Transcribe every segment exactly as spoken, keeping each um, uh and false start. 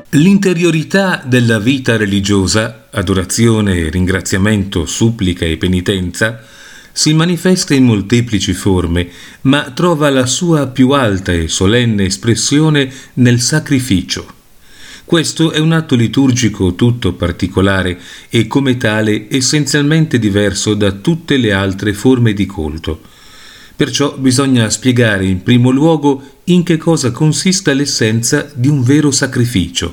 L'interiorità della vita religiosa, adorazione, ringraziamento, supplica e penitenza, si manifesta in molteplici forme, ma trova la sua più alta e solenne espressione nel sacrificio. Questo è un atto liturgico tutto particolare e come tale essenzialmente diverso da tutte le altre forme di culto. Perciò bisogna spiegare in primo luogo in che cosa consista l'essenza di un vero sacrificio.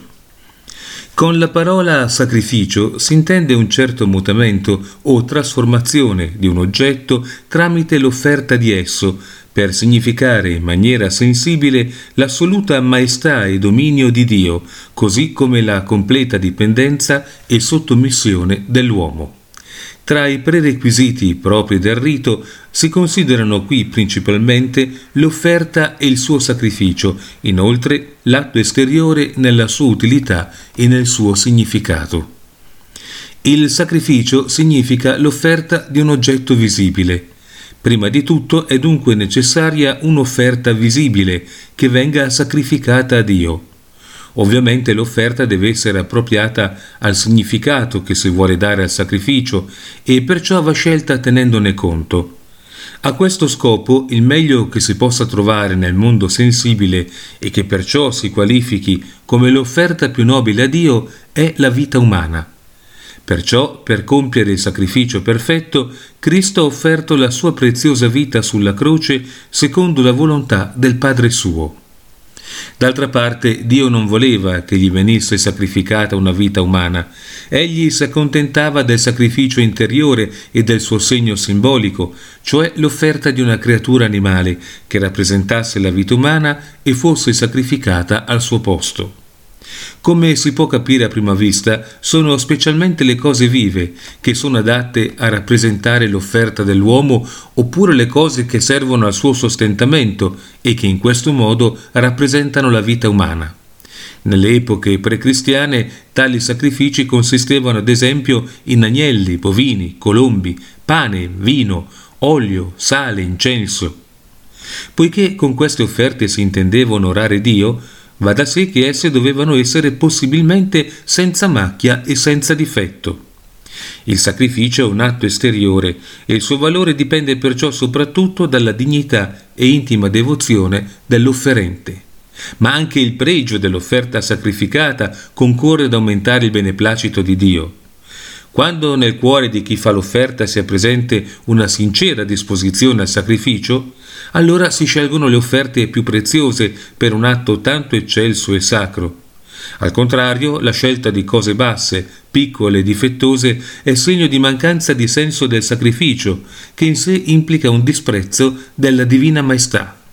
Con la parola sacrificio si intende un certo mutamento o trasformazione di un oggetto tramite l'offerta di esso, per significare in maniera sensibile l'assoluta maestà e dominio di Dio, così come la completa dipendenza e sottomissione dell'uomo. Tra i prerequisiti propri del rito si considerano qui principalmente l'offerta e il suo sacrificio, inoltre l'atto esteriore nella sua utilità e nel suo significato. Il sacrificio significa l'offerta di un oggetto visibile. Prima di tutto è dunque necessaria un'offerta visibile che venga sacrificata a Dio. Ovviamente l'offerta deve essere appropriata al significato che si vuole dare al sacrificio e perciò va scelta tenendone conto. A questo scopo il meglio che si possa trovare nel mondo sensibile e che perciò si qualifichi come l'offerta più nobile a Dio è la vita umana. Perciò, per compiere il sacrificio perfetto, Cristo ha offerto la sua preziosa vita sulla croce secondo la volontà del Padre suo. D'altra parte, Dio non voleva che gli venisse sacrificata una vita umana. Egli si accontentava del sacrificio interiore e del suo segno simbolico, cioè l'offerta di una creatura animale che rappresentasse la vita umana e fosse sacrificata al suo posto. Come si può capire a prima vista, sono specialmente le cose vive che sono adatte a rappresentare l'offerta dell'uomo oppure le cose che servono al suo sostentamento e che in questo modo rappresentano la vita umana. Nelle epoche precristiane tali sacrifici consistevano ad esempio in agnelli, bovini, colombi, pane, vino, olio, sale, incenso. Poiché con queste offerte si intendeva onorare Dio, va da sé che esse dovevano essere possibilmente senza macchia e senza difetto. Il sacrificio è un atto esteriore e il suo valore dipende perciò soprattutto dalla dignità e intima devozione dell'offerente. Ma anche il pregio dell'offerta sacrificata concorre ad aumentare il beneplacito di Dio. Quando nel cuore di chi fa l'offerta sia presente una sincera disposizione al sacrificio, allora si scelgono le offerte più preziose per un atto tanto eccelso e sacro. Al contrario, la scelta di cose basse, piccole e difettose è segno di mancanza di senso del sacrificio, che in sé implica un disprezzo della divina maestà.